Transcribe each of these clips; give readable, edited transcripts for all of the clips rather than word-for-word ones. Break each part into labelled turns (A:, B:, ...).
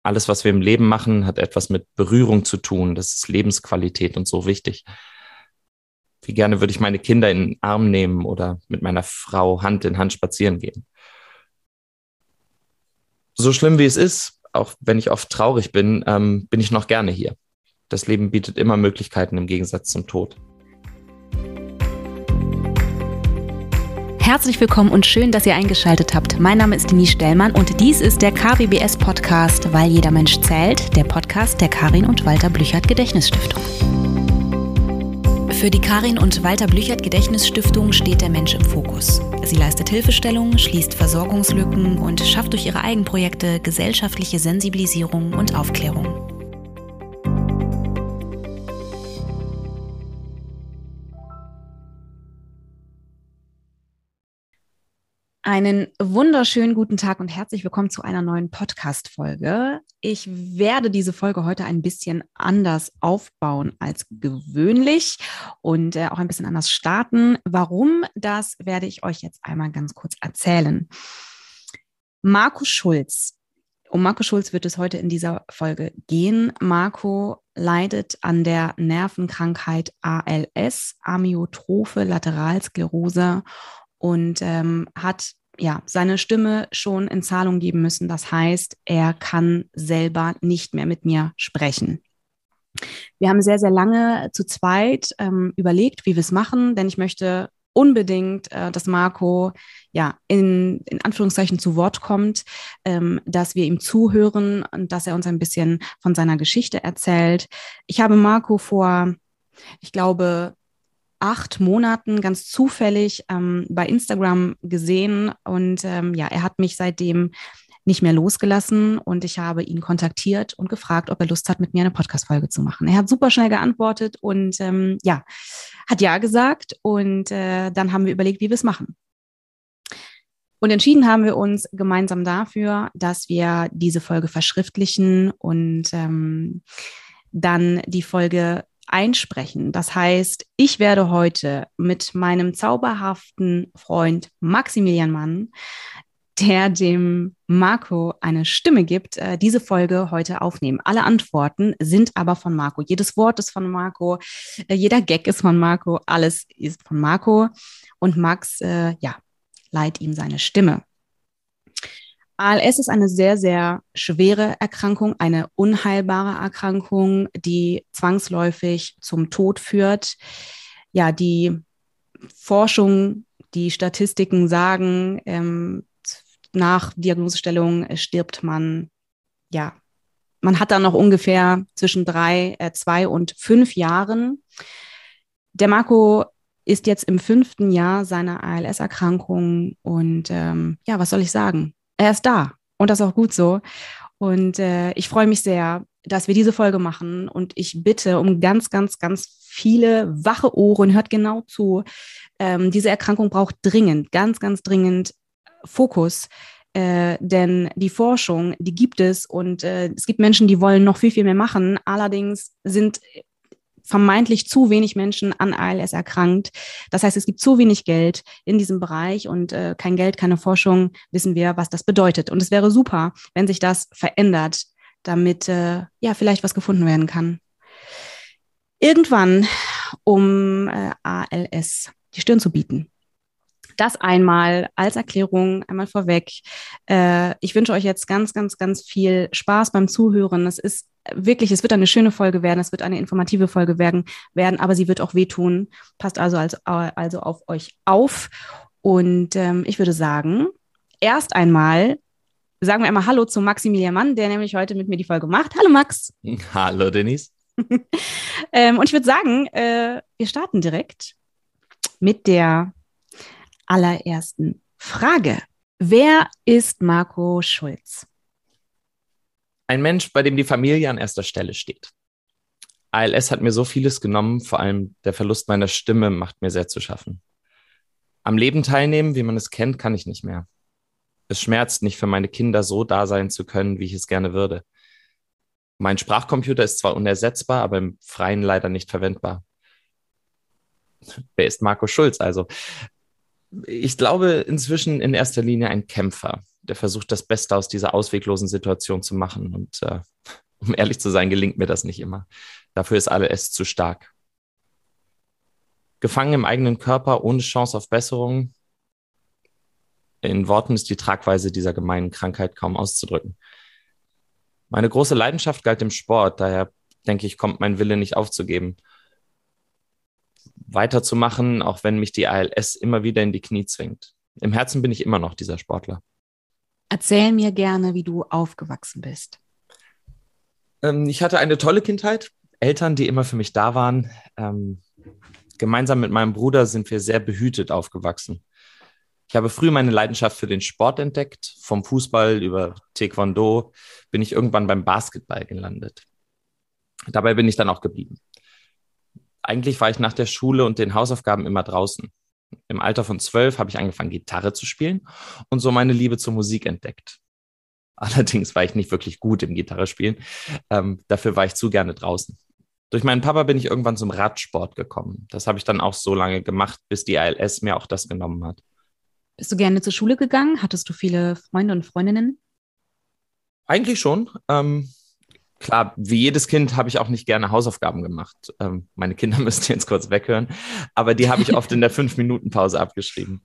A: Alles, was wir im Leben machen, hat etwas mit Berührung zu tun. Das ist Lebensqualität und so wichtig. Wie gerne würde ich meine Kinder in den Arm nehmen oder mit meiner Frau Hand in Hand spazieren gehen. So schlimm wie es ist, auch wenn ich oft traurig bin, bin ich noch gerne hier. Das Leben bietet immer Möglichkeiten im Gegensatz zum Tod.
B: Herzlich willkommen und schön, dass ihr eingeschaltet habt. Mein Name ist Denise Stellmann und dies ist der KWBS-Podcast, weil jeder Mensch zählt, der Podcast der Karin und Walter Blüchert Gedächtnisstiftung. Für die Karin und Walter Blüchert Gedächtnisstiftung steht der Mensch im Fokus. Sie leistet Hilfestellung, schließt Versorgungslücken und schafft durch ihre Eigenprojekte gesellschaftliche Sensibilisierung und Aufklärung. Einen wunderschönen guten Tag und herzlich willkommen zu einer neuen Podcast-Folge. Ich werde diese Folge heute ein bisschen anders aufbauen als gewöhnlich und auch ein bisschen anders starten. Warum, das werde ich euch jetzt einmal ganz kurz erzählen. Marco Schulz. Um Marco Schulz wird es heute in dieser Folge gehen. Marco leidet an der Nervenkrankheit ALS, Amyotrophe Lateralsklerose, und hat seine Stimme schon in Zahlung geben müssen. Das heißt, er kann selber nicht mehr mit mir sprechen. Wir haben sehr, sehr lange zu zweit überlegt, wie wir es machen, denn ich möchte unbedingt, dass Marco in Anführungszeichen zu Wort kommt, dass wir ihm zuhören und dass er uns ein bisschen von seiner Geschichte erzählt. Ich habe Marco vor, ich glaube, 8 Monaten ganz zufällig bei Instagram gesehen und er hat mich seitdem nicht mehr losgelassen und ich habe ihn kontaktiert und gefragt, ob er Lust hat, mit mir eine Podcast-Folge zu machen. Er hat super schnell geantwortet und hat ja gesagt und dann haben wir überlegt, wie wir es machen. Und entschieden haben wir uns gemeinsam dafür, dass wir diese Folge verschriftlichen und dann die Folge einsprechen. Das heißt, ich werde heute mit meinem zauberhaften Freund Maximilian Mann, der dem Marco eine Stimme gibt, diese Folge heute aufnehmen. Alle Antworten sind aber von Marco. Jedes Wort ist von Marco, jeder Gag ist von Marco, alles ist von Marco. Und Max, leiht ihm seine Stimme. ALS ist eine sehr, sehr schwere Erkrankung, eine unheilbare Erkrankung, die zwangsläufig zum Tod führt. Ja, die Forschung, die Statistiken sagen, nach Diagnosestellung stirbt man, man hat dann noch ungefähr zwischen 2 und 5 Jahren. Der Marco ist jetzt im 5. Jahr seiner ALS-Erkrankung und was soll ich sagen? Er ist da und das ist auch gut so. Und ich freue mich sehr, dass wir diese Folge machen. Und ich bitte um ganz, ganz, ganz viele wache Ohren. Hört genau zu. Diese Erkrankung braucht dringend, ganz, ganz dringend Fokus. Denn die Forschung, die gibt es. Und es gibt Menschen, die wollen noch viel, viel mehr machen. Allerdings sind vermeintlich zu wenig Menschen an ALS erkrankt. Das heißt, es gibt zu wenig Geld in diesem Bereich und kein Geld, keine Forschung, wissen wir, was das bedeutet. Und es wäre super, wenn sich das verändert, damit vielleicht was gefunden werden kann. Irgendwann, um ALS die Stirn zu bieten. Das einmal als Erklärung, einmal vorweg. Ich wünsche euch jetzt ganz, ganz, ganz viel Spaß beim Zuhören. Es wird eine schöne Folge werden, es wird eine informative Folge werden, aber sie wird auch wehtun. Passt also auf euch auf. Und ich würde sagen, erst einmal sagen wir einmal Hallo zu Maximilian Mann, der nämlich heute mit mir die Folge macht. Hallo Max.
A: Hallo Denise.
B: Und ich würde sagen, wir starten direkt mit der allerersten Frage. Wer ist Marco Schulz?
A: Ein Mensch, bei dem die Familie an erster Stelle steht. ALS hat mir so vieles genommen, vor allem der Verlust meiner Stimme macht mir sehr zu schaffen. Am Leben teilnehmen, wie man es kennt, kann ich nicht mehr. Es schmerzt, nicht für meine Kinder so da sein zu können, wie ich es gerne würde. Mein Sprachcomputer ist zwar unersetzbar, aber im Freien leider nicht verwendbar. Wer ist Marco Schulz also? Ich glaube inzwischen in erster Linie ein Kämpfer. der versucht, das Beste aus dieser ausweglosen Situation zu machen. Und um ehrlich zu sein, gelingt mir das nicht immer. Dafür ist ALS zu stark. Gefangen im eigenen Körper, ohne Chance auf Besserung. In Worten ist die Tragweise dieser gemeinen Krankheit kaum auszudrücken. Meine große Leidenschaft galt dem Sport, daher denke ich, kommt mein Wille nicht aufzugeben. Weiterzumachen, auch wenn mich die ALS immer wieder in die Knie zwingt. Im Herzen bin ich immer noch dieser Sportler.
B: Erzähl mir gerne, wie du aufgewachsen bist.
A: Ich hatte eine tolle Kindheit, Eltern, die immer für mich da waren. Gemeinsam mit meinem Bruder sind wir sehr behütet aufgewachsen. Ich habe früh meine Leidenschaft für den Sport entdeckt. Vom Fußball über Taekwondo bin ich irgendwann beim Basketball gelandet. Dabei bin ich dann auch geblieben. Eigentlich war ich nach der Schule und den Hausaufgaben immer draußen. Im Alter von 12 habe ich angefangen, Gitarre zu spielen und so meine Liebe zur Musik entdeckt. Allerdings war ich nicht wirklich gut im Gitarrespielen. Dafür war ich zu gerne draußen. Durch meinen Papa bin ich irgendwann zum Radsport gekommen. Das habe ich dann auch so lange gemacht, bis die ALS mir auch das genommen hat.
B: Bist du gerne zur Schule gegangen? Hattest du viele Freunde und Freundinnen?
A: Eigentlich schon. Klar, wie jedes Kind habe ich auch nicht gerne Hausaufgaben gemacht. Meine Kinder müssten jetzt kurz weghören, aber die habe ich oft in der 5-Minuten-Pause abgeschrieben.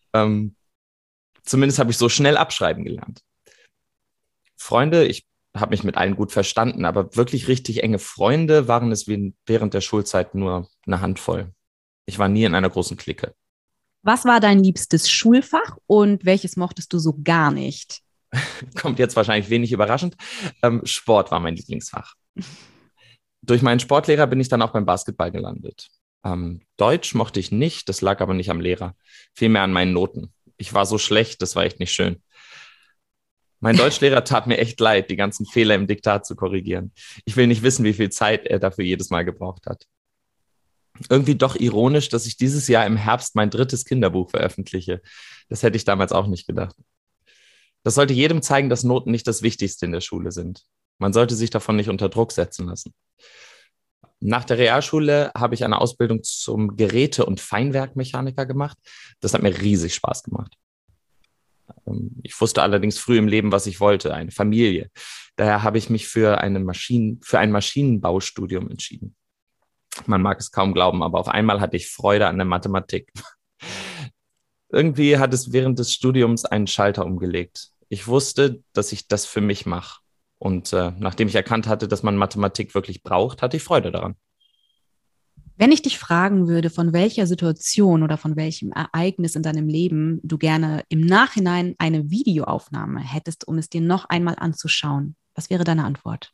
A: Zumindest habe ich so schnell abschreiben gelernt. Freunde, ich habe mich mit allen gut verstanden, aber wirklich richtig enge Freunde waren es während der Schulzeit nur eine Handvoll. Ich war nie in einer großen Clique.
B: Was war dein liebstes Schulfach und welches mochtest du so gar nicht?
A: Kommt jetzt wahrscheinlich wenig überraschend. Sport war mein Lieblingsfach. Durch meinen Sportlehrer bin ich dann auch beim Basketball gelandet. Deutsch mochte ich nicht, das lag aber nicht am Lehrer, vielmehr an meinen Noten. Ich war so schlecht, das war echt nicht schön. Mein Deutschlehrer tat mir echt leid, die ganzen Fehler im Diktat zu korrigieren. Ich will nicht wissen, wie viel Zeit er dafür jedes Mal gebraucht hat. Irgendwie doch ironisch, dass ich dieses Jahr im Herbst mein 3. Kinderbuch veröffentliche. Das hätte ich damals auch nicht gedacht. Das sollte jedem zeigen, dass Noten nicht das Wichtigste in der Schule sind. Man sollte sich davon nicht unter Druck setzen lassen. Nach der Realschule habe ich eine Ausbildung zum Geräte- und Feinwerkmechaniker gemacht. Das hat mir riesig Spaß gemacht. Ich wusste allerdings früh im Leben, was ich wollte, eine Familie. Daher habe ich mich für ein Maschinenbaustudium entschieden. Man mag es kaum glauben, aber auf einmal hatte ich Freude an der Mathematik. Irgendwie hat es während des Studiums einen Schalter umgelegt. Ich wusste, dass ich das für mich mache. Und nachdem ich erkannt hatte, dass man Mathematik wirklich braucht, hatte ich Freude daran.
B: Wenn ich dich fragen würde, von welcher Situation oder von welchem Ereignis in deinem Leben du gerne im Nachhinein eine Videoaufnahme hättest, um es dir noch einmal anzuschauen, was wäre deine Antwort?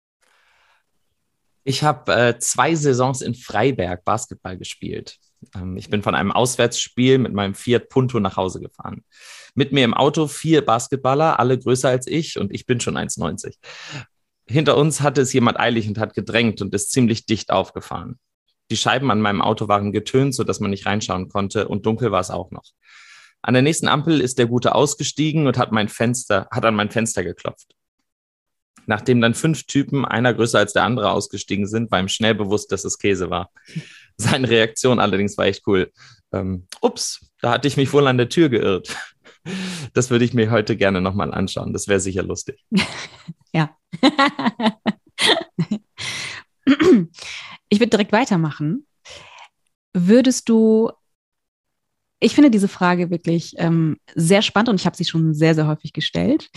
A: Ich habe 2 Saisons in Freiberg Basketball gespielt. Ich bin von einem Auswärtsspiel mit meinem Fiat Punto nach Hause gefahren. Mit mir im Auto 4 Basketballer, alle größer als ich und ich bin schon 1,90. Hinter uns hatte es jemand eilig und hat gedrängt und ist ziemlich dicht aufgefahren. Die Scheiben an meinem Auto waren getönt, sodass man nicht reinschauen konnte und dunkel war es auch noch. An der nächsten Ampel ist der Gute ausgestiegen und hat an mein Fenster geklopft. Nachdem dann 5 Typen, einer größer als der andere, ausgestiegen sind, war ihm schnell bewusst, dass es Käse war. Seine Reaktion allerdings war echt cool. Ups, da hatte ich mich wohl an der Tür geirrt. Das würde ich mir heute gerne nochmal anschauen. Das wäre sicher lustig.
B: Ja. Ich würde direkt weitermachen. Ich finde diese Frage wirklich sehr spannend und ich habe sie schon sehr, sehr häufig gestellt.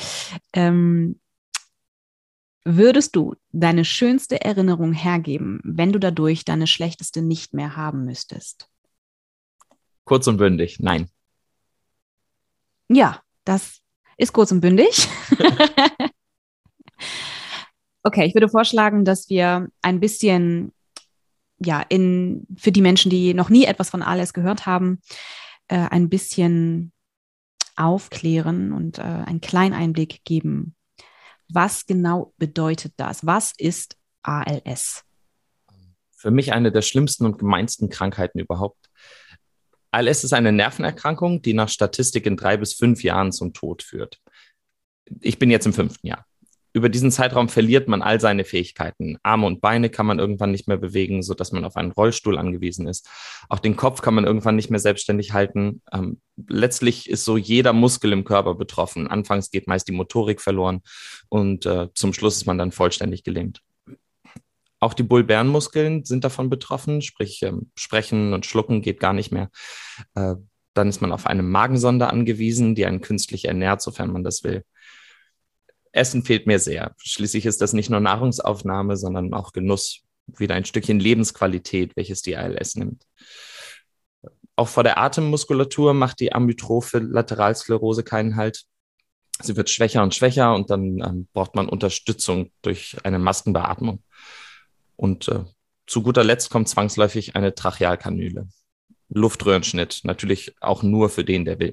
B: Würdest du deine schönste Erinnerung hergeben, wenn du dadurch deine schlechteste nicht mehr haben müsstest?
A: Kurz und bündig, nein.
B: Ja, das ist kurz und bündig. Okay, ich würde vorschlagen, dass wir ein bisschen, ja, für die Menschen, die noch nie etwas von ALS gehört haben, ein bisschen aufklären und einen kleinen Einblick geben. Was genau bedeutet das? Was ist ALS?
A: Für mich eine der schlimmsten und gemeinsten Krankheiten überhaupt. ALS ist eine Nervenerkrankung, die nach Statistik in 3 bis 5 Jahren zum Tod führt. Ich bin jetzt im 5. Jahr. über diesen Zeitraum verliert man all seine Fähigkeiten. Arme und Beine kann man irgendwann nicht mehr bewegen, sodass man auf einen Rollstuhl angewiesen ist. Auch den Kopf kann man irgendwann nicht mehr selbstständig halten. Letztlich ist so jeder Muskel im Körper betroffen. Anfangs geht meist die Motorik verloren und zum Schluss ist man dann vollständig gelähmt. Auch die Bulbernmuskeln sind davon betroffen, sprich Sprechen und Schlucken geht gar nicht mehr. Dann ist man auf eine Magensonde angewiesen, die einen künstlich ernährt, sofern man das will. Essen fehlt mir sehr. Schließlich ist das nicht nur Nahrungsaufnahme, sondern auch Genuss, wieder ein Stückchen Lebensqualität, welches die ALS nimmt. Auch vor der Atemmuskulatur macht die amyotrophe Lateralsklerose keinen Halt. Sie wird schwächer und schwächer und dann braucht man Unterstützung durch eine Maskenbeatmung. Und zu guter Letzt kommt zwangsläufig eine Trachealkanüle. Luftröhrenschnitt, natürlich auch nur für den, der will.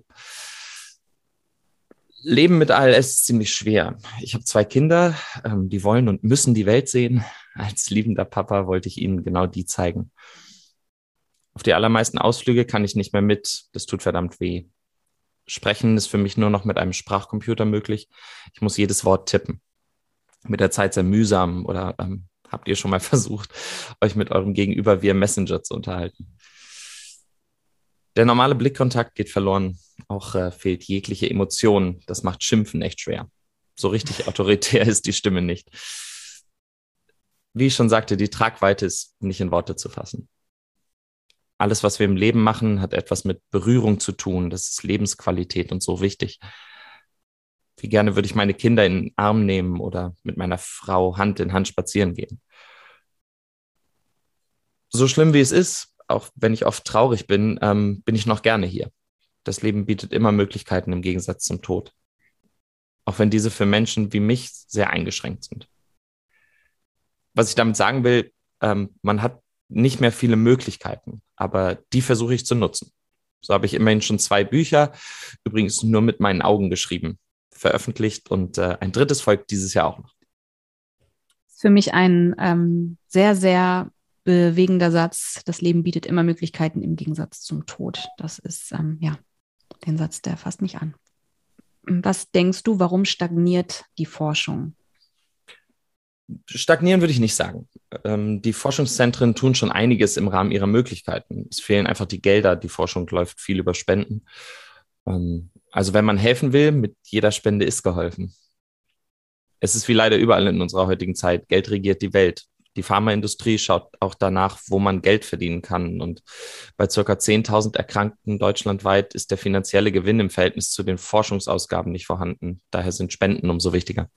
A: Leben mit ALS ist ziemlich schwer. Ich habe 2 Kinder, die wollen und müssen die Welt sehen. Als liebender Papa wollte ich ihnen genau die zeigen. Auf die allermeisten Ausflüge kann ich nicht mehr mit. Das tut verdammt weh. Sprechen ist für mich nur noch mit einem Sprachcomputer möglich. Ich muss jedes Wort tippen. Mit der Zeit sehr mühsam. Oder habt ihr schon mal versucht, euch mit eurem Gegenüber via Messenger zu unterhalten? Der normale Blickkontakt geht verloren. Auch fehlt jegliche Emotion. Das macht Schimpfen echt schwer. So richtig autoritär ist die Stimme nicht. Wie ich schon sagte, die Tragweite ist nicht in Worte zu fassen. Alles, was wir im Leben machen, hat etwas mit Berührung zu tun. Das ist Lebensqualität und so wichtig. Wie gerne würde ich meine Kinder in den Arm nehmen oder mit meiner Frau Hand in Hand spazieren gehen. So schlimm wie es ist, auch wenn ich oft traurig bin, bin ich noch gerne hier. Das Leben bietet immer Möglichkeiten im Gegensatz zum Tod. Auch wenn diese für Menschen wie mich sehr eingeschränkt sind. Was ich damit sagen will, man hat nicht mehr viele Möglichkeiten, aber die versuche ich zu nutzen. So habe ich immerhin schon 2 Bücher, übrigens nur mit meinen Augen geschrieben, veröffentlicht und ein 3. folgt dieses Jahr auch noch.
B: Für mich ein sehr, sehr bewegender Satz. Das Leben bietet immer Möglichkeiten im Gegensatz zum Tod. Das ist, den Satz, der fasst mich an. Was denkst du, warum stagniert die Forschung?
A: Stagnieren würde ich nicht sagen. Die Forschungszentren tun schon einiges im Rahmen ihrer Möglichkeiten. Es fehlen einfach die Gelder. Die Forschung läuft viel über Spenden. Also wenn man helfen will, mit jeder Spende ist geholfen. Es ist wie leider überall in unserer heutigen Zeit. Geld regiert die Welt. Die Pharmaindustrie schaut auch danach, wo man Geld verdienen kann. Und bei ca. 10.000 Erkrankten deutschlandweit ist der finanzielle Gewinn im Verhältnis zu den Forschungsausgaben nicht vorhanden. Daher sind Spenden umso wichtiger.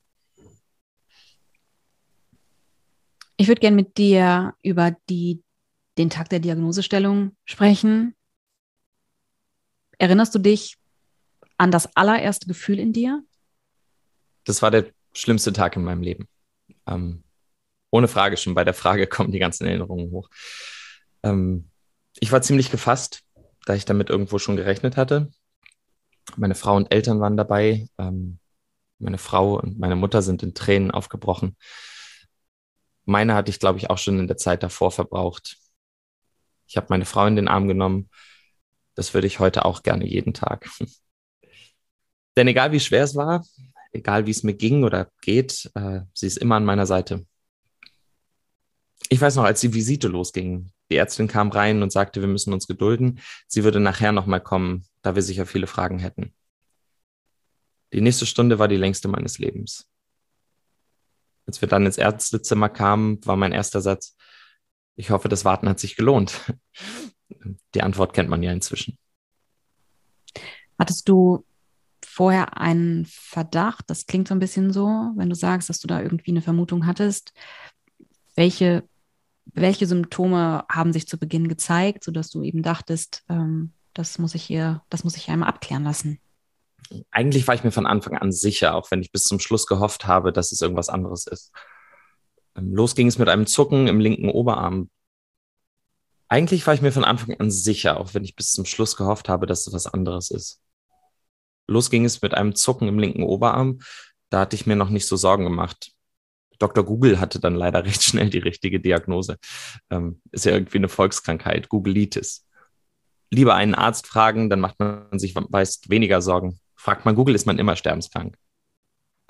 B: Ich würde gerne mit dir über den Tag der Diagnosestellung sprechen. Erinnerst du dich an das allererste Gefühl in dir?
A: Das war der schlimmste Tag in meinem Leben. Ohne Frage, schon bei der Frage kommen die ganzen Erinnerungen hoch. Ich war ziemlich gefasst, da ich damit irgendwo schon gerechnet hatte. Meine Frau und Eltern waren dabei. Meine Frau und meine Mutter sind in Tränen aufgebrochen. Meine hatte ich, glaube ich, auch schon in der Zeit davor verbraucht. Ich habe meine Frau in den Arm genommen. Das würde ich heute auch gerne jeden Tag. Denn egal wie schwer es war, egal wie es mir ging oder geht, sie ist immer an meiner Seite. Ich weiß noch, als die Visite losging, die Ärztin kam rein und sagte, wir müssen uns gedulden. Sie würde nachher nochmal kommen, da wir sicher viele Fragen hätten. Die nächste Stunde war die längste meines Lebens. Als wir dann ins Ärztezimmer kamen, war mein erster Satz: Ich hoffe, das Warten hat sich gelohnt. Die Antwort kennt man ja inzwischen.
B: Hattest du vorher einen Verdacht? Das klingt so ein bisschen so, wenn du sagst, dass du da irgendwie eine Vermutung hattest. Welche Symptome haben sich zu Beginn gezeigt, sodass du eben dachtest, das muss ich einmal abklären lassen?
A: Eigentlich war ich mir von Anfang an sicher, auch wenn ich bis zum Schluss gehofft habe, dass es irgendwas anderes ist. Los ging es mit einem Zucken im linken Oberarm. Eigentlich war ich mir von Anfang an sicher, auch wenn ich bis zum Schluss gehofft habe, dass es was anderes ist. Los ging es mit einem Zucken im linken Oberarm. Da hatte ich mir noch nicht so Sorgen gemacht. Dr. Google hatte dann leider recht schnell die richtige Diagnose. Ist ja irgendwie eine Volkskrankheit, Googleitis. Lieber einen Arzt fragen, dann macht man sich meist weniger Sorgen. Fragt man Google, ist man immer sterbenskrank.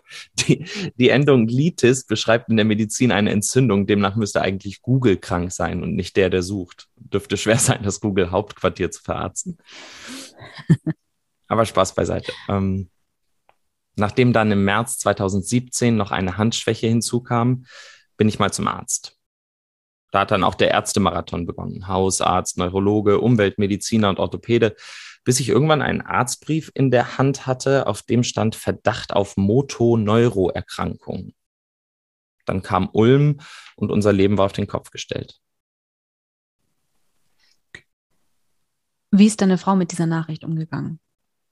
A: Die Endung Litis beschreibt in der Medizin eine Entzündung. Demnach müsste eigentlich Google krank sein und nicht der sucht. Dürfte schwer sein, das Google-Hauptquartier zu verarzten. Aber Spaß beiseite. Nachdem dann im März 2017 noch eine Handschwäche hinzukam, bin ich mal zum Arzt. Da hat dann auch der Ärztemarathon begonnen. Hausarzt, Neurologe, Umweltmediziner und Orthopäde, bis ich irgendwann einen Arztbrief in der Hand hatte, auf dem stand Verdacht auf Motoneuroerkrankung. Dann kam Ulm und unser Leben war auf den Kopf gestellt.
B: Wie ist deine Frau mit dieser Nachricht umgegangen?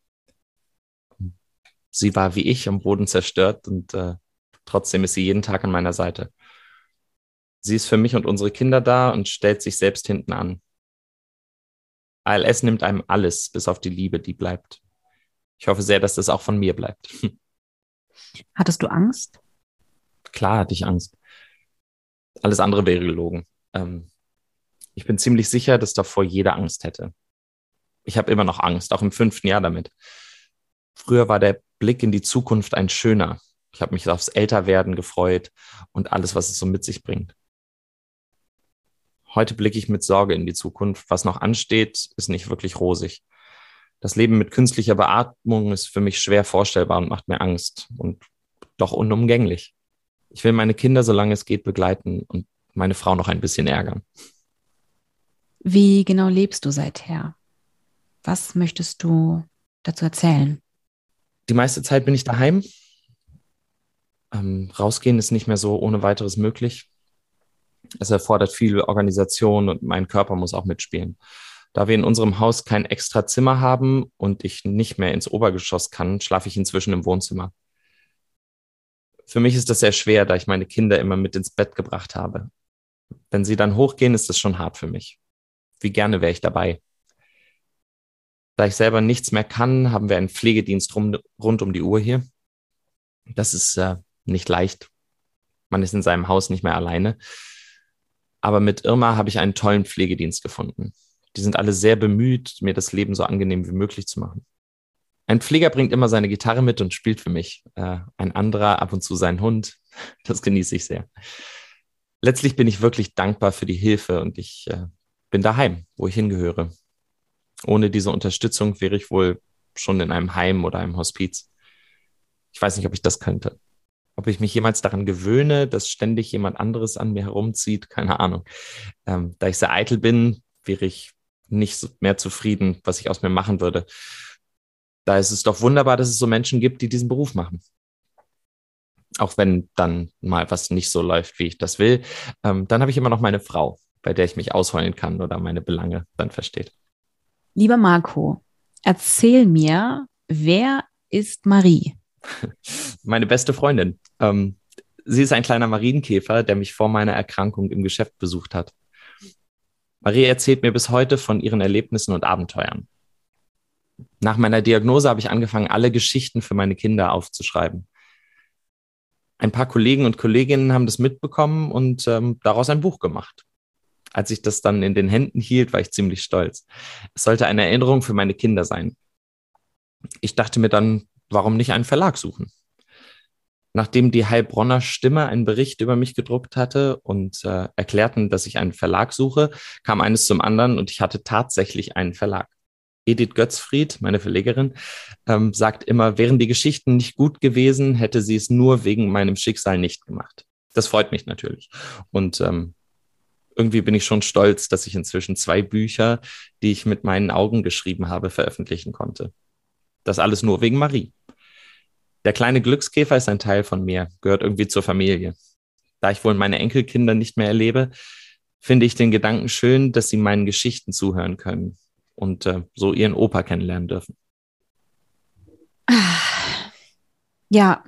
A: Sie war wie ich am Boden zerstört und trotzdem ist sie jeden Tag an meiner Seite. Sie ist für mich und unsere Kinder da und stellt sich selbst hinten an. ALS nimmt einem alles, bis auf die Liebe, die bleibt. Ich hoffe sehr, dass das auch von mir bleibt.
B: Hattest du Angst?
A: Klar hatte ich Angst. Alles andere wäre gelogen. Ich bin ziemlich sicher, dass davor jeder Angst hätte. Ich habe immer noch Angst, auch im 5. Jahr damit. Früher war der Blick in die Zukunft ein schöner. Ich habe mich aufs Älterwerden gefreut und alles, was es so mit sich bringt. Heute blicke ich mit Sorge in die Zukunft. Was noch ansteht, ist nicht wirklich rosig. Das Leben mit künstlicher Beatmung ist für mich schwer vorstellbar und macht mir Angst und doch unumgänglich. Ich will meine Kinder, solange es geht, begleiten und meine Frau noch ein bisschen ärgern.
B: Wie genau lebst du seither? Was möchtest du dazu erzählen?
A: Die meiste Zeit bin ich daheim. Rausgehen ist nicht mehr so ohne weiteres möglich. Es erfordert viel Organisation und mein Körper muss auch mitspielen. Da wir in unserem Haus kein extra Zimmer haben und ich nicht mehr ins Obergeschoss kann, schlafe ich inzwischen im Wohnzimmer. Für mich ist das sehr schwer, da ich meine Kinder immer mit ins Bett gebracht habe. Wenn sie dann hochgehen, ist das schon hart für mich. Wie gerne wäre ich dabei. Da ich selber nichts mehr kann, haben wir einen Pflegedienst rund um die Uhr hier. Das ist nicht leicht. Man ist in seinem Haus nicht mehr alleine. Aber mit Irma habe ich einen tollen Pflegedienst gefunden. Die sind alle sehr bemüht, mir das Leben so angenehm wie möglich zu machen. Ein Pfleger bringt immer seine Gitarre mit und spielt für mich. Ein anderer ab und zu seinen Hund. Das genieße ich sehr. Letztlich bin ich wirklich dankbar für die Hilfe und ich bin daheim, wo ich hingehöre. Ohne diese Unterstützung wäre ich wohl schon in einem Heim oder einem Hospiz. Ich weiß nicht, ob ich das könnte. Ob ich mich jemals daran gewöhne, dass ständig jemand anderes an mir herumzieht, keine Ahnung. Da ich sehr eitel bin, wäre ich nicht so mehr zufrieden, was ich aus mir machen würde. Da ist es doch wunderbar, dass es so Menschen gibt, die diesen Beruf machen. Auch wenn dann mal was nicht so läuft, wie ich das will, dann habe ich immer noch meine Frau, bei der ich mich ausheulen kann oder meine Belange dann versteht.
B: Lieber Marco, erzähl mir, wer ist Marie?
A: Meine beste Freundin. Sie ist ein kleiner Marienkäfer, der mich vor meiner Erkrankung im Geschäft besucht hat. Marie erzählt mir bis heute von ihren Erlebnissen und Abenteuern. Nach meiner Diagnose habe ich angefangen, alle Geschichten für meine Kinder aufzuschreiben. Ein paar Kollegen und Kolleginnen haben das mitbekommen und daraus ein Buch gemacht. Als ich das dann in den Händen hielt, war ich ziemlich stolz. Es sollte eine Erinnerung für meine Kinder sein. Ich dachte mir dann, warum nicht einen Verlag suchen? Nachdem die Heilbronner Stimme einen Bericht über mich gedruckt hatte und erklärten, dass ich einen Verlag suche, kam eines zum anderen und ich hatte tatsächlich einen Verlag. Edith Götzfried, meine Verlegerin, sagt immer, wären die Geschichten nicht gut gewesen, hätte sie es nur wegen meinem Schicksal nicht gemacht. Das freut mich natürlich. Und irgendwie bin ich schon stolz, dass ich inzwischen 2 Bücher, die ich mit meinen Augen geschrieben habe, veröffentlichen konnte. Das alles nur wegen Marie. Der kleine Glückskäfer ist ein Teil von mir, gehört irgendwie zur Familie. Da ich wohl meine Enkelkinder nicht mehr erlebe, finde ich den Gedanken schön, dass sie meinen Geschichten zuhören können und so ihren Opa kennenlernen dürfen.
B: Ja,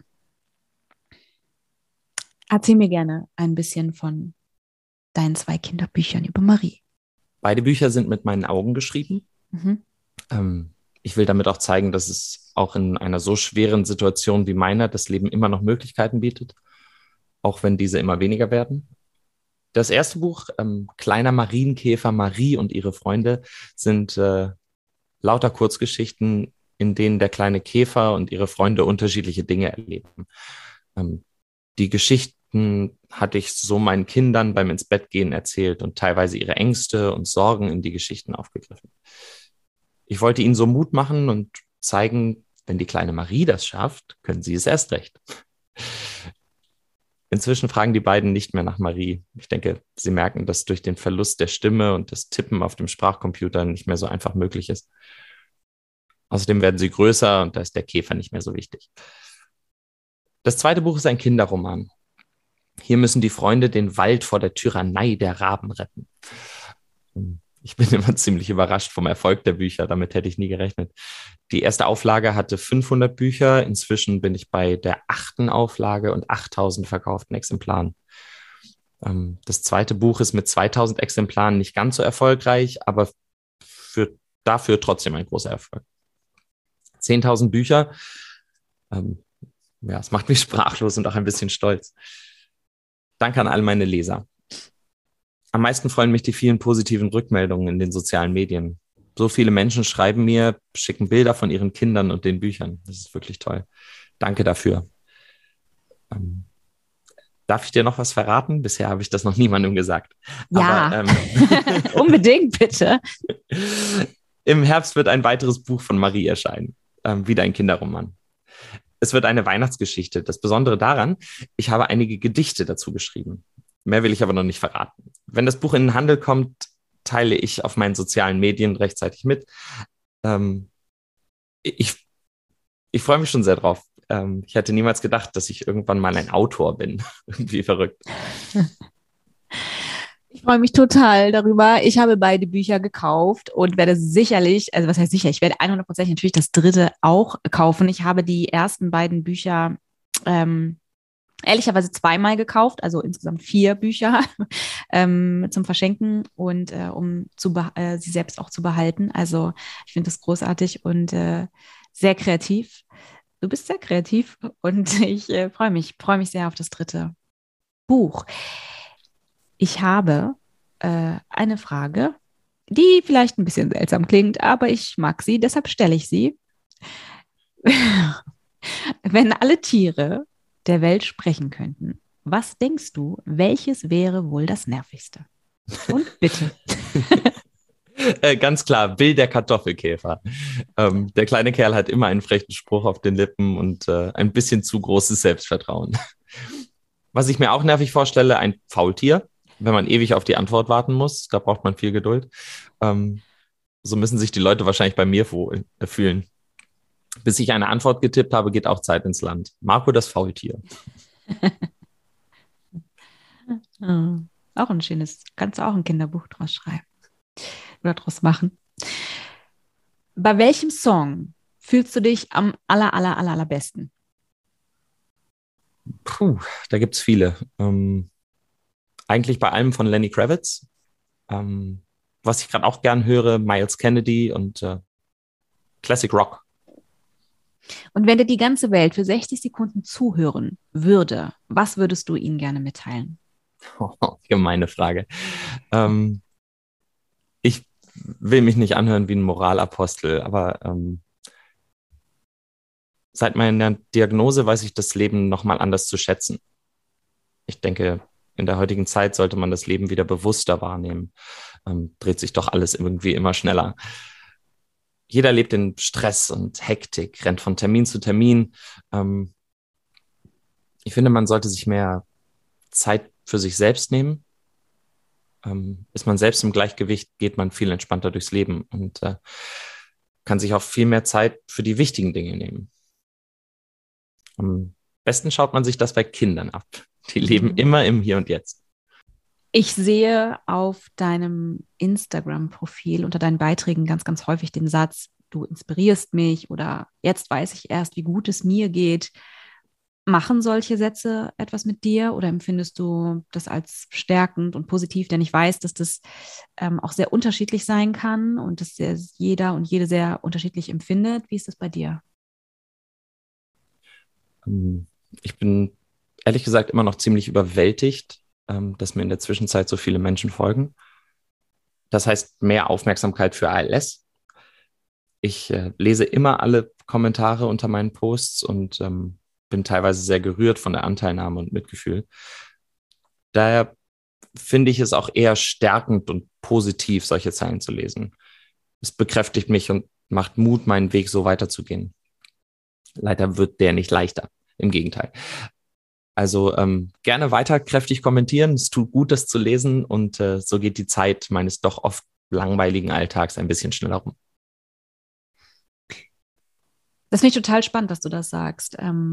B: erzähl mir gerne ein bisschen von deinen 2 Kinderbüchern über Marie.
A: Beide Bücher sind mit meinen Augen geschrieben.
B: Mhm.
A: Ich will damit auch zeigen, dass es auch in einer so schweren Situation wie meiner das Leben immer noch Möglichkeiten bietet, auch wenn diese immer weniger werden. Das erste Buch, Kleiner Marienkäfer Marie und ihre Freunde, sind lauter Kurzgeschichten, in denen der kleine Käfer und ihre Freunde unterschiedliche Dinge erleben. Die Geschichten hatte ich so meinen Kindern beim ins Bett gehen erzählt und teilweise ihre Ängste und Sorgen in die Geschichten aufgegriffen. Ich wollte ihnen so Mut machen und zeigen, wenn die kleine Marie das schafft, können sie es erst recht. Inzwischen fragen die beiden nicht mehr nach Marie. Ich denke, sie merken, dass durch den Verlust der Stimme und das Tippen auf dem Sprachcomputer nicht mehr so einfach möglich ist. Außerdem werden sie größer und da ist der Käfer nicht mehr so wichtig. Das zweite Buch ist ein Kinderroman. Hier müssen die Freunde den Wald vor der Tyrannei der Raben retten. Ich bin immer ziemlich überrascht vom Erfolg der Bücher. Damit hätte ich nie gerechnet. Die erste Auflage hatte 500 Bücher. Inzwischen bin ich bei der 8. Auflage und 8000 verkauften Exemplaren. Das zweite Buch ist mit 2000 Exemplaren nicht ganz so erfolgreich, aber dafür trotzdem ein großer Erfolg. 10.000 Bücher. Es macht mich sprachlos und auch ein bisschen stolz. Danke an all meine Leser. Am meisten freuen mich die vielen positiven Rückmeldungen in den sozialen Medien. So viele Menschen schreiben mir, schicken Bilder von ihren Kindern und den Büchern. Das ist wirklich toll. Danke dafür. Darf ich dir noch was verraten? Bisher habe ich das noch niemandem gesagt.
B: Ja, aber, unbedingt, bitte.
A: Im Herbst wird ein weiteres Buch von Marie erscheinen. Wieder ein Kinderroman. Es wird eine Weihnachtsgeschichte. Das Besondere daran, ich habe einige Gedichte dazu geschrieben. Mehr will ich aber noch nicht verraten. Wenn das Buch in den Handel kommt, teile ich auf meinen sozialen Medien rechtzeitig mit. Ich freue mich schon sehr drauf. Ich hätte niemals gedacht, dass ich irgendwann mal ein Autor bin. Irgendwie verrückt.
B: Ich freue mich total darüber. Ich habe beide Bücher gekauft und werde sicherlich, also was heißt sicher, ich werde 100% natürlich das dritte auch kaufen. Ich habe die ersten beiden Bücher ehrlicherweise zweimal gekauft, also insgesamt 4 Bücher zum Verschenken und um sie selbst auch zu behalten. Also ich finde das großartig und sehr kreativ. Du bist sehr kreativ und ich freue mich sehr auf das dritte Buch. Ich habe eine Frage, die vielleicht ein bisschen seltsam klingt, aber ich mag sie, deshalb stelle ich sie. Wenn alle Tiere der Welt sprechen könnten, was denkst du, welches wäre wohl das Nervigste? Und bitte.
A: Ganz klar, Bill der Kartoffelkäfer. Der kleine Kerl hat immer einen frechen Spruch auf den Lippen und ein bisschen zu großes Selbstvertrauen. Was ich mir auch nervig vorstelle, ein Faultier, wenn man ewig auf die Antwort warten muss. Da braucht man viel Geduld. So müssen sich die Leute wahrscheinlich bei mir fühlen. Bis ich eine Antwort getippt habe, geht auch Zeit ins Land. Marco, das Faultier.
B: Auch ein schönes, kannst du auch ein Kinderbuch draus schreiben oder draus machen. Bei welchem Song fühlst du dich am allerbesten?
A: Da gibt es viele. Eigentlich bei allem von Lenny Kravitz. Was ich gerade auch gern höre, Miles Kennedy und Classic Rock.
B: Und wenn dir die ganze Welt für 60 Sekunden zuhören würde, was würdest du ihnen gerne mitteilen?
A: Gemeine Frage. Ich will mich nicht anhören wie ein Moralapostel, aber seit meiner Diagnose weiß ich das Leben nochmal anders zu schätzen. Ich denke, in der heutigen Zeit sollte man das Leben wieder bewusster wahrnehmen. Dreht sich doch alles irgendwie immer schneller. Jeder lebt in Stress und Hektik, rennt von Termin zu Termin. Ich finde, man sollte sich mehr Zeit für sich selbst nehmen. Ist man selbst im Gleichgewicht, geht man viel entspannter durchs Leben und kann sich auch viel mehr Zeit für die wichtigen Dinge nehmen. Am besten schaut man sich das bei Kindern ab. Die leben immer im Hier und Jetzt.
B: Ich sehe auf deinem Instagram-Profil unter deinen Beiträgen ganz, ganz häufig den Satz, du inspirierst mich oder jetzt weiß ich erst, wie gut es mir geht. Machen solche Sätze etwas mit dir oder empfindest du das als stärkend und positiv? Denn ich weiß, dass das auch sehr unterschiedlich sein kann und dass jeder und jede sehr unterschiedlich empfindet. Wie ist das bei dir?
A: Ich bin ehrlich gesagt immer noch ziemlich überwältigt, dass mir in der Zwischenzeit so viele Menschen folgen. Das heißt mehr Aufmerksamkeit für ALS. Ich lese immer alle Kommentare unter meinen Posts und bin teilweise sehr gerührt von der Anteilnahme und Mitgefühl. Daher finde ich es auch eher stärkend und positiv, solche Zeilen zu lesen. Es bekräftigt mich und macht Mut, meinen Weg so weiterzugehen. Leider wird der nicht leichter. Im Gegenteil. Also gerne weiter kräftig kommentieren. Es tut gut, das zu lesen und so geht die Zeit meines doch oft langweiligen Alltags ein bisschen schneller rum.
B: Das finde ich total spannend, dass du das sagst.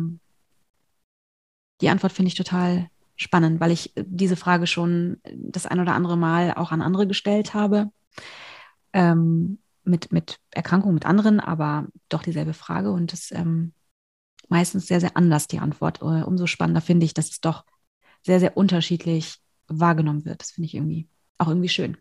B: Die Antwort finde ich total spannend, weil ich diese Frage schon das ein oder andere Mal auch an andere gestellt habe. Mit Erkrankungen mit anderen, aber doch dieselbe Frage und das meistens sehr, sehr anders die Antwort. Umso spannender finde ich, dass es doch sehr, sehr unterschiedlich wahrgenommen wird. Das finde ich irgendwie schön.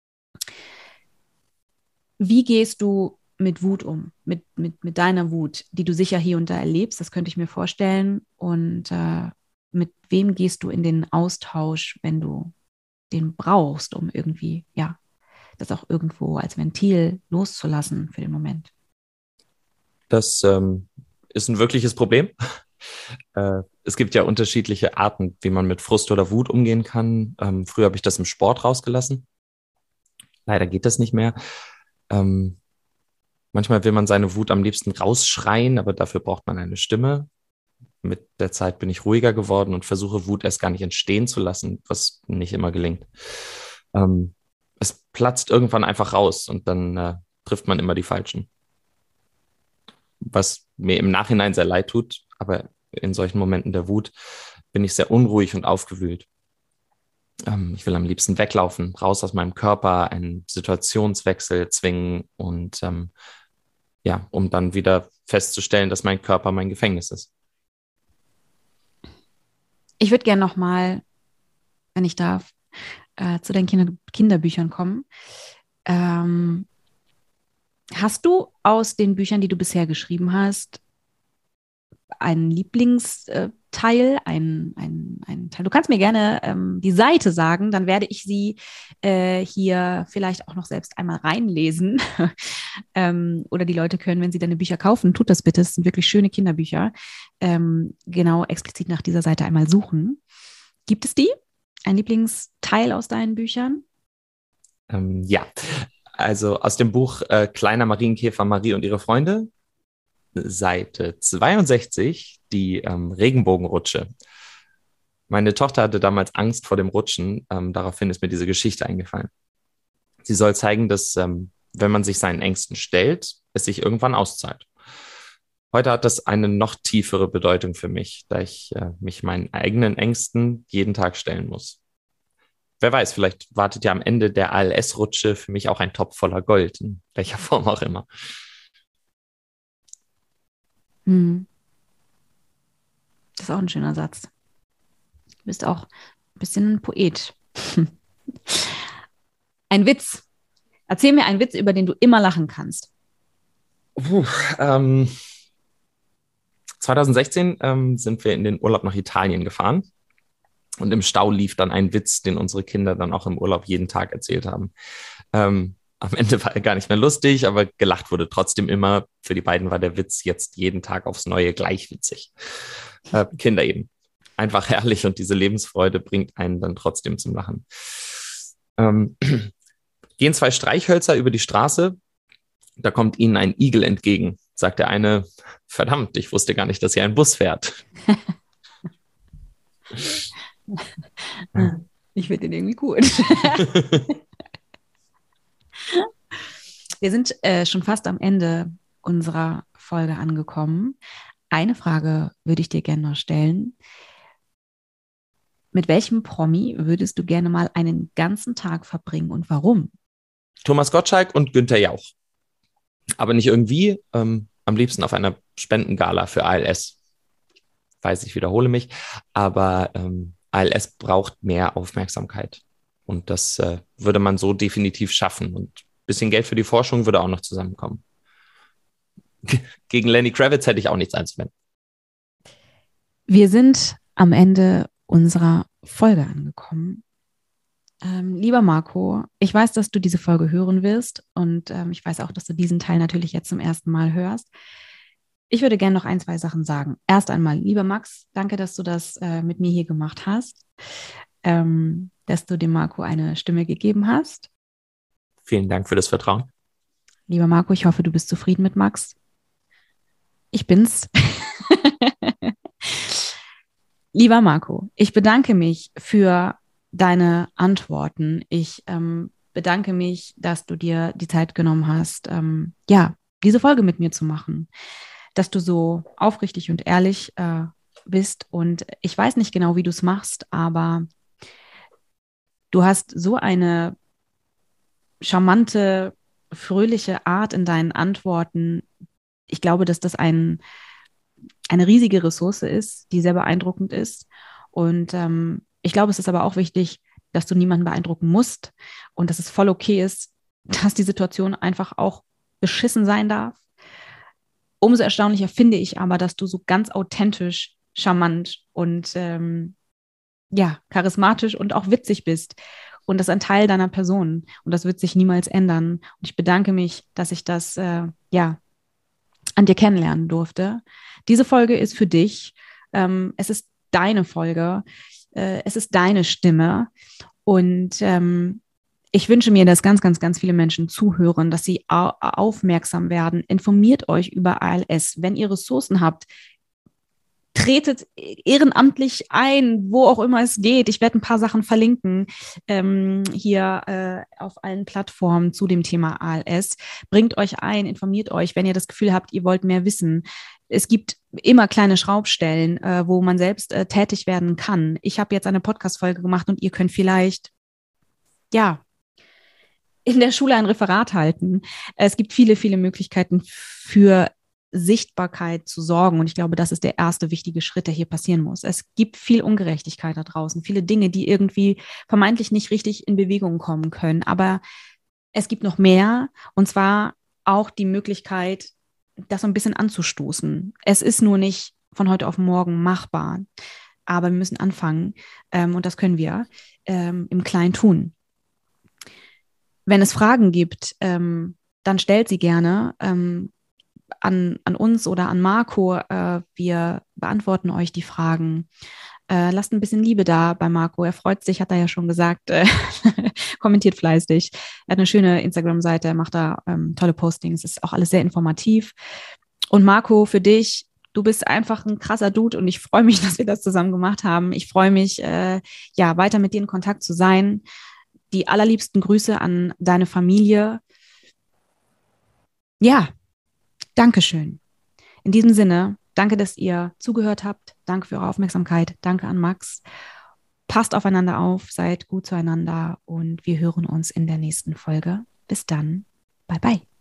B: Wie gehst du mit Wut um? Mit deiner Wut, die du sicher hier und da erlebst, das könnte ich mir vorstellen. Und mit wem gehst du in den Austausch, wenn du den brauchst, um irgendwie, ja, das auch irgendwo als Ventil loszulassen für den Moment?
A: Das ist ein wirkliches Problem. Es gibt ja unterschiedliche Arten, wie man mit Frust oder Wut umgehen kann. Früher habe ich das im Sport rausgelassen. Leider geht das nicht mehr. Ähm, Manchmal will man seine Wut am liebsten rausschreien, aber dafür braucht man eine Stimme. Mit der Zeit bin ich ruhiger geworden und versuche Wut erst gar nicht entstehen zu lassen, was nicht immer gelingt. Es platzt irgendwann einfach raus und dann trifft man immer die Falschen. Was mir im Nachhinein sehr leid tut, aber in solchen Momenten der Wut bin ich sehr unruhig und aufgewühlt. Ich will am liebsten weglaufen, raus aus meinem Körper, einen Situationswechsel zwingen und ja, um dann wieder festzustellen, dass mein Körper mein Gefängnis ist.
B: Ich würde gerne nochmal, wenn ich darf, zu deinen Kinderbüchern kommen. Hast du aus den Büchern, die du bisher geschrieben hast, einen Lieblingsteil, ein Teil? Du kannst mir gerne die Seite sagen, dann werde ich sie hier vielleicht auch noch selbst einmal reinlesen. Oder die Leute können, wenn sie deine Bücher kaufen, tut das bitte, es sind wirklich schöne Kinderbücher, genau explizit nach dieser Seite einmal suchen. Gibt es die? Ein Lieblingsteil aus deinen Büchern?
A: Ja, also aus dem Buch Kleiner Marienkäfer Marie und ihre Freunde, Seite 62, die Regenbogenrutsche. Meine Tochter hatte damals Angst vor dem Rutschen, daraufhin ist mir diese Geschichte eingefallen. Sie soll zeigen, dass wenn man sich seinen Ängsten stellt, es sich irgendwann auszahlt. Heute hat das eine noch tiefere Bedeutung für mich, da ich mich meinen eigenen Ängsten jeden Tag stellen muss. Wer weiß, vielleicht wartet ja am Ende der ALS-Rutsche für mich auch ein Topf voller Gold, in welcher Form auch immer.
B: Hm. Das ist auch ein schöner Satz. Du bist auch ein bisschen ein Poet. Ein Witz. Erzähl mir einen Witz, über den du immer lachen kannst.
A: 2016 sind wir in den Urlaub nach Italien gefahren und im Stau lief dann ein Witz, den unsere Kinder dann auch im Urlaub jeden Tag erzählt haben. Am Ende war er gar nicht mehr lustig, aber gelacht wurde trotzdem immer. Für die beiden war der Witz jetzt jeden Tag aufs Neue gleich witzig. Kinder eben. Einfach herrlich und diese Lebensfreude bringt einen dann trotzdem zum Lachen. Gehen zwei Streichhölzer über die Straße, da kommt ihnen ein Igel entgegen. Sagt der eine, verdammt, ich wusste gar nicht, dass hier ein Bus fährt.
B: Ich finde den irgendwie gut. Wir sind schon fast am Ende unserer Folge angekommen. Eine Frage würde ich dir gerne noch stellen. Mit welchem Promi würdest du gerne mal einen ganzen Tag verbringen und warum?
A: Thomas Gottschalk und Günther Jauch. Aber nicht irgendwie, am liebsten auf einer Spendengala für ALS. Ich weiß, ich wiederhole mich, aber ALS braucht mehr Aufmerksamkeit. Und das würde man so definitiv schaffen. Und ein bisschen Geld für die Forschung würde auch noch zusammenkommen. Gegen Lenny Kravitz hätte ich auch nichts einzuwenden.
B: Wir sind am Ende unserer Folge angekommen. Lieber Marco, ich weiß, dass du diese Folge hören wirst und ich weiß auch, dass du diesen Teil natürlich jetzt zum ersten Mal hörst. Ich würde gerne noch ein, zwei Sachen sagen. Erst einmal, lieber Max, danke, dass du das mit mir hier gemacht hast, dass du dem Marco eine Stimme gegeben hast.
A: Vielen Dank für das Vertrauen.
B: Lieber Marco, ich hoffe, du bist zufrieden mit Max. Ich bin's. Lieber Marco, ich bedanke mich für deine Antworten. Ich bedanke mich, dass du dir die Zeit genommen hast, ja, diese Folge mit mir zu machen, dass du so aufrichtig und ehrlich bist. Und ich weiß nicht genau, wie du es machst, aber du hast so eine charmante, fröhliche Art in deinen Antworten. Ich glaube, dass das eine riesige Ressource ist, die sehr beeindruckend ist. Und ich glaube, es ist aber auch wichtig, dass du niemanden beeindrucken musst und dass es voll okay ist, dass die Situation einfach auch beschissen sein darf. Umso erstaunlicher finde ich aber, dass du so ganz authentisch, charmant und ja, charismatisch und auch witzig bist. Und das ist ein Teil deiner Person. Und das wird sich niemals ändern. Und ich bedanke mich, dass ich das ja an dir kennenlernen durfte. Diese Folge ist für dich. Es ist deine Folge. Es ist deine Stimme. Und ich wünsche mir, dass ganz, ganz, ganz viele Menschen zuhören, dass sie aufmerksam werden. Informiert euch über ALS. Wenn ihr Ressourcen habt, tretet ehrenamtlich ein, wo auch immer es geht. Ich werde ein paar Sachen verlinken hier auf allen Plattformen zu dem Thema ALS. Bringt euch ein, informiert euch, wenn ihr das Gefühl habt, ihr wollt mehr wissen. Es gibt immer kleine Schraubstellen, wo man selbst tätig werden kann. Ich habe jetzt eine Podcast-Folge gemacht und ihr könnt vielleicht, ja, in der Schule ein Referat halten. Es gibt viele, viele Möglichkeiten für Sichtbarkeit zu sorgen. Und ich glaube, das ist der erste wichtige Schritt, der hier passieren muss. Es gibt viel Ungerechtigkeit da draußen, viele Dinge, die irgendwie vermeintlich nicht richtig in Bewegung kommen können. Aber es gibt noch mehr, und zwar auch die Möglichkeit, das so ein bisschen anzustoßen. Es ist nur nicht von heute auf morgen machbar, aber wir müssen anfangen. Und das können wir im Kleinen tun. Wenn es Fragen gibt, dann stellt sie gerne an uns oder an Marco. Wir beantworten euch die Fragen. Lasst ein bisschen Liebe da bei Marco. Er freut sich, hat er ja schon gesagt. Kommentiert fleißig. Er hat eine schöne Instagram-Seite, macht da tolle Postings. Ist auch alles sehr informativ. Und Marco, für dich, du bist einfach ein krasser Dude und ich freue mich, dass wir das zusammen gemacht haben. Ich freue mich, ja, weiter mit dir in Kontakt zu sein. Die allerliebsten Grüße an deine Familie. Ja, Dankeschön. In diesem Sinne, danke, dass ihr zugehört habt. Danke für eure Aufmerksamkeit. Danke an Max. Passt aufeinander auf, seid gut zueinander und wir hören uns in der nächsten Folge. Bis dann. Bye, bye.